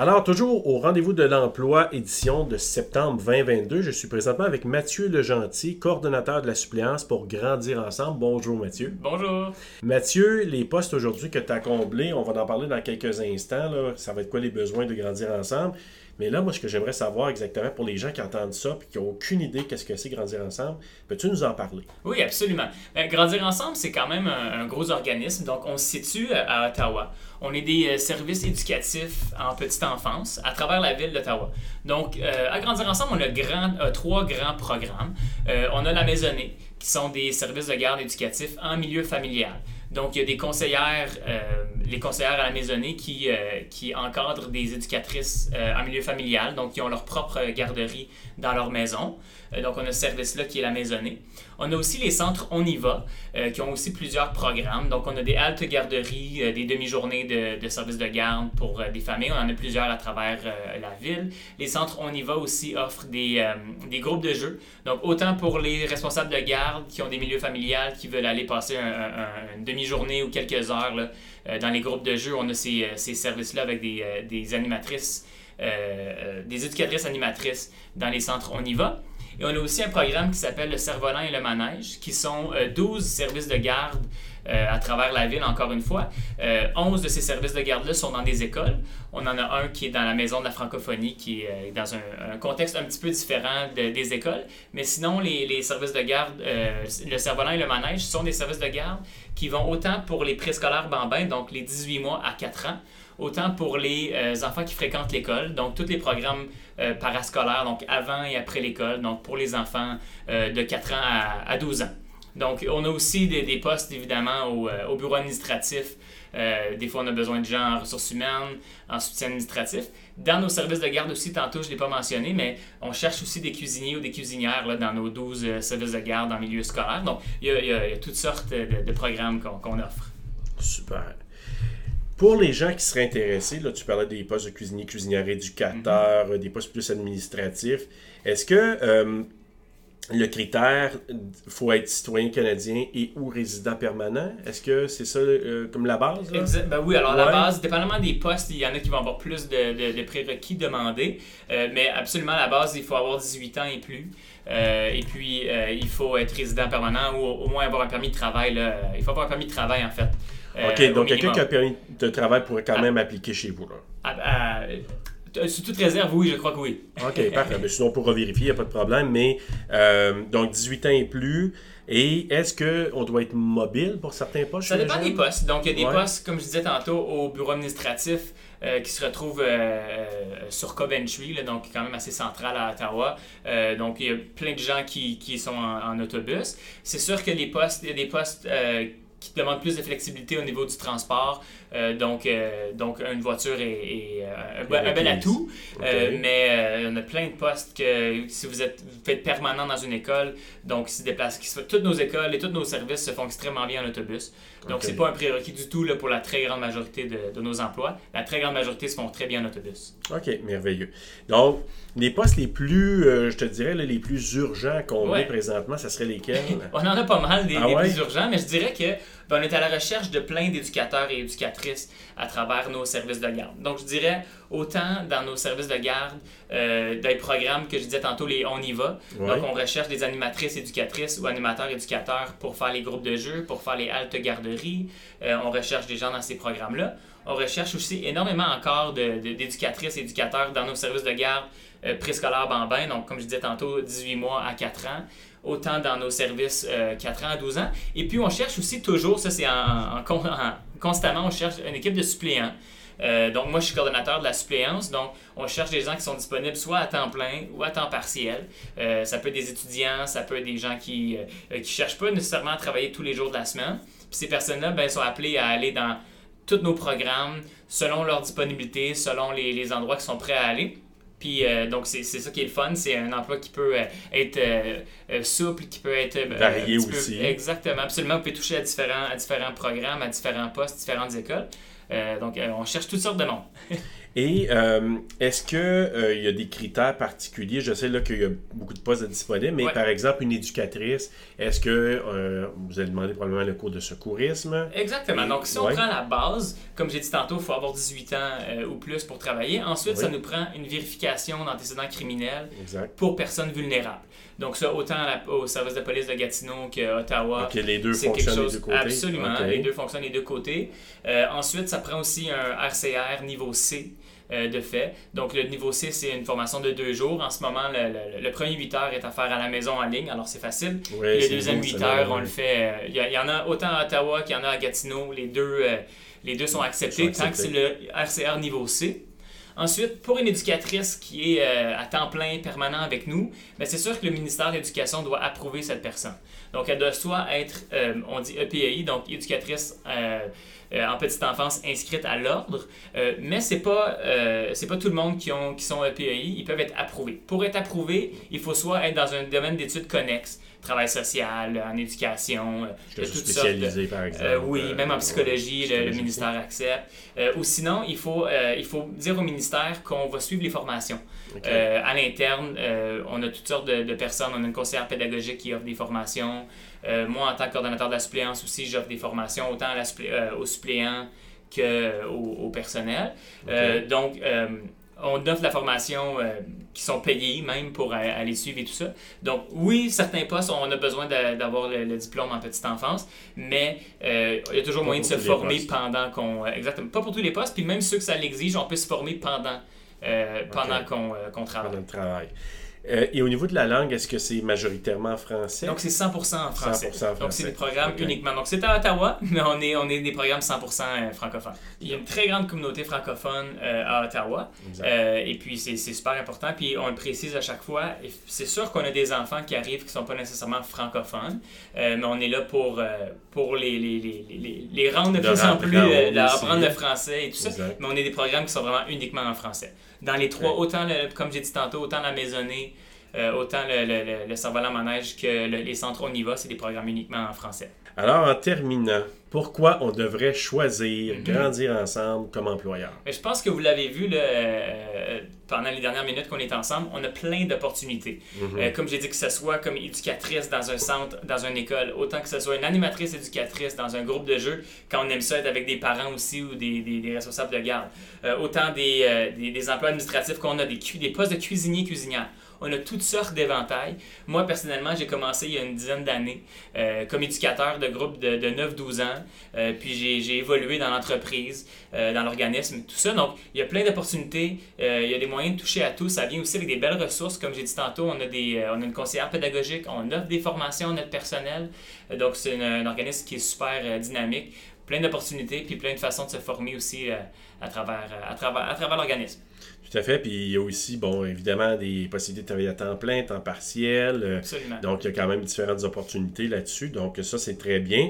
Alors, toujours au rendez-vous de l'emploi, édition de septembre 2022, je suis présentement avec Mathieu Legentil, coordonnateur de la suppléance pour Grandir ensemble. Bonjour Mathieu. Bonjour. Mathieu, les postes aujourd'hui que tu as comblés, on va en parler dans quelques instants, là. Ça va être quoi les besoins de Grandir ensemble? Mais là, moi, ce que j'aimerais savoir exactement pour les gens qui entendent ça et qui n'ont aucune idée qu'est-ce que c'est Grandir ensemble, peux-tu nous en parler? Oui, absolument. Grandir ensemble, c'est quand même un gros organisme. Donc, on se situe à Ottawa. On est des services éducatifs en petite enfance à travers la ville d'Ottawa. Donc, à Grandir ensemble, on a trois grands programmes. On a la maisonnée, qui sont des services de garde éducatifs en milieu familial. Donc, il y a des conseillères, les conseillères à la maisonnée qui encadrent des éducatrices en milieu familial, donc qui ont leur propre garderie dans leur maison. Donc, on a ce service-là qui est la maisonnée. On a aussi les centres On y va, qui ont aussi plusieurs programmes. Donc, on a des haltes garderies, des demi-journées de services de garde pour des familles. On en a plusieurs à travers la ville. Les centres On y va aussi offrent des groupes de jeux. Donc, autant pour les responsables de garde qui ont des milieux familiales, qui veulent aller passer une demi-journée ou quelques heures là, dans les groupes de jeux, on a ces services-là avec des animatrices, des éducatrices animatrices dans les centres On y va. Et on a aussi un programme qui s'appelle le Cerf-Volant et le Manège, qui sont 12 services de garde à travers la ville, encore une fois. 11 de ces services de garde-là sont dans des écoles. On en a un qui est dans la Maison de la francophonie, qui est dans un contexte un petit peu différent des écoles. Mais sinon, les services de garde, le Cerf-Volant et le Manège, sont des services de garde qui vont autant pour les préscolaires bambins, donc les 18 mois à 4 ans, autant pour les enfants qui fréquentent l'école, donc tous les programmes parascolaires, donc avant et après l'école, donc pour les enfants de 4 ans à 12 ans. Donc, on a aussi des postes, évidemment, au bureau administratif. Des fois, on a besoin de gens en ressources humaines, en soutien administratif. Dans nos services de garde aussi, tantôt, je ne l'ai pas mentionné, mais on cherche aussi des cuisiniers ou des cuisinières là, dans nos 12 services de garde en milieu scolaire. Donc, il y a toutes sortes de programmes qu'on offre. Super. Pour les gens qui seraient intéressés, là, tu parlais des postes de cuisinier, cuisinière, éducateur, des postes plus administratifs. Est-ce que le critère, il faut être citoyen canadien et ou résident permanent? Est-ce que c'est ça comme la base? Là? Ben oui, alors la base, dépendamment des postes, il y en a qui vont avoir plus de prérequis demandés. Mais absolument, la base, il faut avoir 18 ans et plus. Et puis, il faut être résident permanent ou au moins avoir un permis de travail. Là. Il faut avoir un permis de travail, en fait. OK, donc quelqu'un qui a un permis de travail pourrait quand même appliquer chez vous, là. Sous toute réserve, oui, je crois que oui. OK, parfait. Mais sinon, on pourra vérifier, il n'y a pas de problème. Mais donc, 18 ans et plus. Et est-ce qu'on doit être mobile pour certains postes? Ça dépend des postes. Donc, il y a des postes, comme je disais tantôt, au bureau administratif qui se retrouvent sur Coventry, là, donc quand même assez central à Ottawa. Donc, il y a plein de gens qui sont en autobus. C'est sûr que il y a des postes qui demandent plus de flexibilité au niveau du transport. Donc, une voiture est un bel atout. Okay. Mais on a plein de postes que si vous faites permanent dans une école, donc toutes nos écoles et tous nos services se font extrêmement bien en autobus. Donc, c'est pas un prérequis du tout là, pour la très grande majorité de nos emplois. La très grande majorité se font très bien en autobus. OK, merveilleux. Donc, les postes les plus, je te dirais, là, les plus urgents à combler présentement, ça serait lesquels? On en a pas mal des plus urgents, mais je dirais que on est à la recherche de plein d'éducateurs et éducatrices à travers nos services de garde. Donc, je dirais, autant dans nos services de garde, des programmes que je disais tantôt, les On y va. Ouais. Donc, on recherche des animatrices éducatrices ou animateurs éducateurs pour faire les groupes de jeux, pour faire les haltes garderies. On recherche des gens dans ces programmes-là. On recherche aussi énormément encore d'éducatrices et éducateurs dans nos services de garde préscolaires bambins. Donc, comme je disais tantôt, 18 mois à 4 ans. Autant dans nos services 4 ans à 12 ans. Et puis, on cherche aussi toujours, ça c'est constamment, on cherche une équipe de suppléants. Donc, moi, je suis coordonnateur de la suppléance. Donc, on cherche des gens qui sont disponibles soit à temps plein ou à temps partiel. Ça peut être des étudiants, ça peut être des gens qui ne cherchent pas nécessairement à travailler tous les jours de la semaine. Puis ces personnes-là sont appelées à aller dans tous nos programmes selon leur disponibilité, selon les endroits qui sont prêts à aller. Puis, donc, c'est ça qui est le fun. C'est un emploi qui peut être souple, qui peut être... varié aussi. Exactement, absolument. Vous pouvez toucher à différents programmes, à différents postes, différentes écoles. Donc, on cherche toutes sortes de monde. Et est-ce qu'il y a des critères particuliers? Je sais là qu'il y a beaucoup de postes disponibles, mais par exemple, une éducatrice, est-ce que vous allez demander probablement le cours de secourisme? Exactement. Donc, si on prend la base, comme j'ai dit tantôt, il faut avoir 18 ans ou plus pour travailler. Ensuite, ça nous prend une vérification d'antécédents criminels pour personnes vulnérables. Donc ça, autant au service de police de Gatineau qu'à Ottawa. OK, les deux fonctionnent des deux côtés. Absolument, les deux fonctionnent des deux côtés. Ensuite, ça prend aussi un RCR niveau C de fait. Donc le niveau C, c'est une formation de 2 jours. En ce moment, le premier 8 heures est à faire à la maison en ligne, alors c'est facile. Oui, le deuxième 8 heures, on le fait. Il y en a autant à Ottawa qu'il y en a à Gatineau. Les deux sont acceptés tant que c'est le RCR niveau C. Ensuite, pour une éducatrice qui est à temps plein permanent avec nous, bien, c'est sûr que le ministère de l'Éducation doit approuver cette personne. Donc, elle doit soit être, on dit EPEI, donc éducatrice en petite enfance inscrite à l'ordre, mais c'est pas tout le monde qui sont EPEI, ils peuvent être approuvés. Pour être approuvé, il faut soit être dans un domaine d'études connexe, travail social, en éducation, de toutes spécialisé, par exemple. Oui, même en psychologie, le ministère accepte. Ou sinon, il faut dire au ministère qu'on va suivre les formations. À l'interne, on a toutes sortes de personnes. On a une conseillère pédagogique qui offre des formations. Moi, en tant que coordonnateur de la suppléance aussi, j'offre des formations autant aux suppléants qu'au personnel. Donc, on offre la formation qui sont payés même pour aller suivre et tout ça. Donc oui, certains postes, on a besoin d'avoir le diplôme en petite enfance, mais il y a toujours moyen de se former pendant qu'on... exactement, pas pour tous les postes, puis même ceux que ça l'exige, on peut se former pendant qu'on travaille. Pendant le travail. Et au niveau de la langue, est-ce que c'est majoritairement français? Donc, c'est 100% en français. 100% français. Donc, c'est des programmes uniquement. Donc, c'est à Ottawa, mais on est des programmes 100% francophones. Il y a une très grande communauté francophone à Ottawa. Et puis, c'est super important. Puis, on le précise à chaque fois. C'est sûr qu'on a des enfants qui arrivent qui ne sont pas nécessairement francophones, mais on est là pour les rendre de plus en plus, leur apprendre le français et tout ça. Mais on a des programmes qui sont vraiment uniquement en français. Dans les trois, autant, comme j'ai dit tantôt, autant la maisonnée, autant le Cerf-Volant Manège que les centres On y va, c'est des programmes uniquement en français. Alors, en terminant, pourquoi on devrait choisir Grandir ensemble comme employeur? Je pense que vous l'avez vu pendant les dernières minutes qu'on est ensemble, on a plein d'opportunités. Comme j'ai dit, que ce soit comme éducatrice dans un centre, dans une école, autant que ce soit une animatrice éducatrice dans un groupe de jeu, quand on aime ça être avec des parents aussi ou des responsables de garde. Autant des emplois administratifs qu'on a, des postes de cuisinier-cuisinière. On a toutes sortes d'éventails. Moi, personnellement, j'ai commencé il y a une dizaine d'années comme éducateur de groupe de 9-12 ans. Puis j'ai évolué dans l'entreprise, dans l'organisme, tout ça. Donc, il y a plein d'opportunités. Il y a des moyens de toucher à tout. Ça vient aussi avec des belles ressources. Comme j'ai dit tantôt, on a une conseillère pédagogique. On offre des formations à notre personnel. Donc, c'est un organisme qui est super dynamique. Plein d'opportunités, puis plein de façons de se former aussi à travers l'organisme. Tout à fait. Puis il y a aussi, bon, évidemment, des possibilités de travailler à temps plein, temps partiel. Absolument. Donc, il y a quand même différentes opportunités là-dessus. Donc, ça, c'est très bien.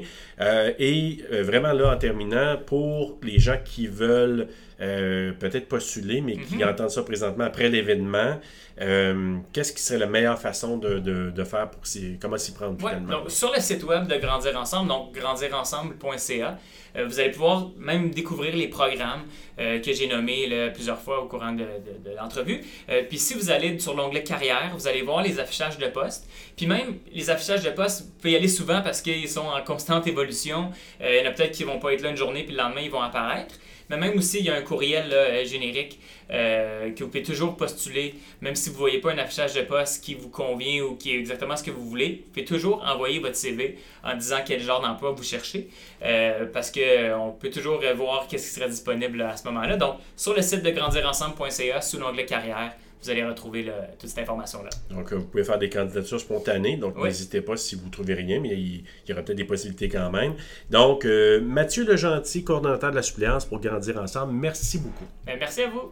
Vraiment, là, en terminant, pour les gens qui veulent peut-être postuler, mais qui entendent ça présentement après l'événement, qu'est-ce qui serait la meilleure façon de faire pour comment s'y prendre finalement? Donc, sur le site web de Grandir Ensemble, donc grandirensemble.ca, vous allez pouvoir même découvrir les programmes que j'ai nommés plusieurs fois au courant de l'entrevue. Puis si vous allez sur l'onglet Carrière, vous allez voir les affichages de postes. Puis même les affichages de postes, vous pouvez y aller souvent parce qu'ils sont en constante évolution. Il y en a peut-être qui ne vont pas être là une journée, puis le lendemain, ils vont apparaître. Mais même aussi, il y a un courriel générique que vous pouvez toujours postuler, même si vous ne voyez pas un affichage de poste qui vous convient ou qui est exactement ce que vous voulez. Vous pouvez toujours envoyer votre CV en disant quel genre d'emploi vous cherchez, parce qu'on peut toujours voir qu'est-ce qui serait disponible à ce moment-là. Donc, sur le site de grandirensemble.ca, sous l'onglet Carrière, vous allez retrouver toute cette information-là. Donc, vous pouvez faire des candidatures spontanées. Donc, n'hésitez pas si vous ne trouvez rien, mais il y aura peut-être des possibilités quand même. Donc, Mathieu Legentil, coordonnateur de la suppléance pour Grandir Ensemble, merci beaucoup. Merci à vous.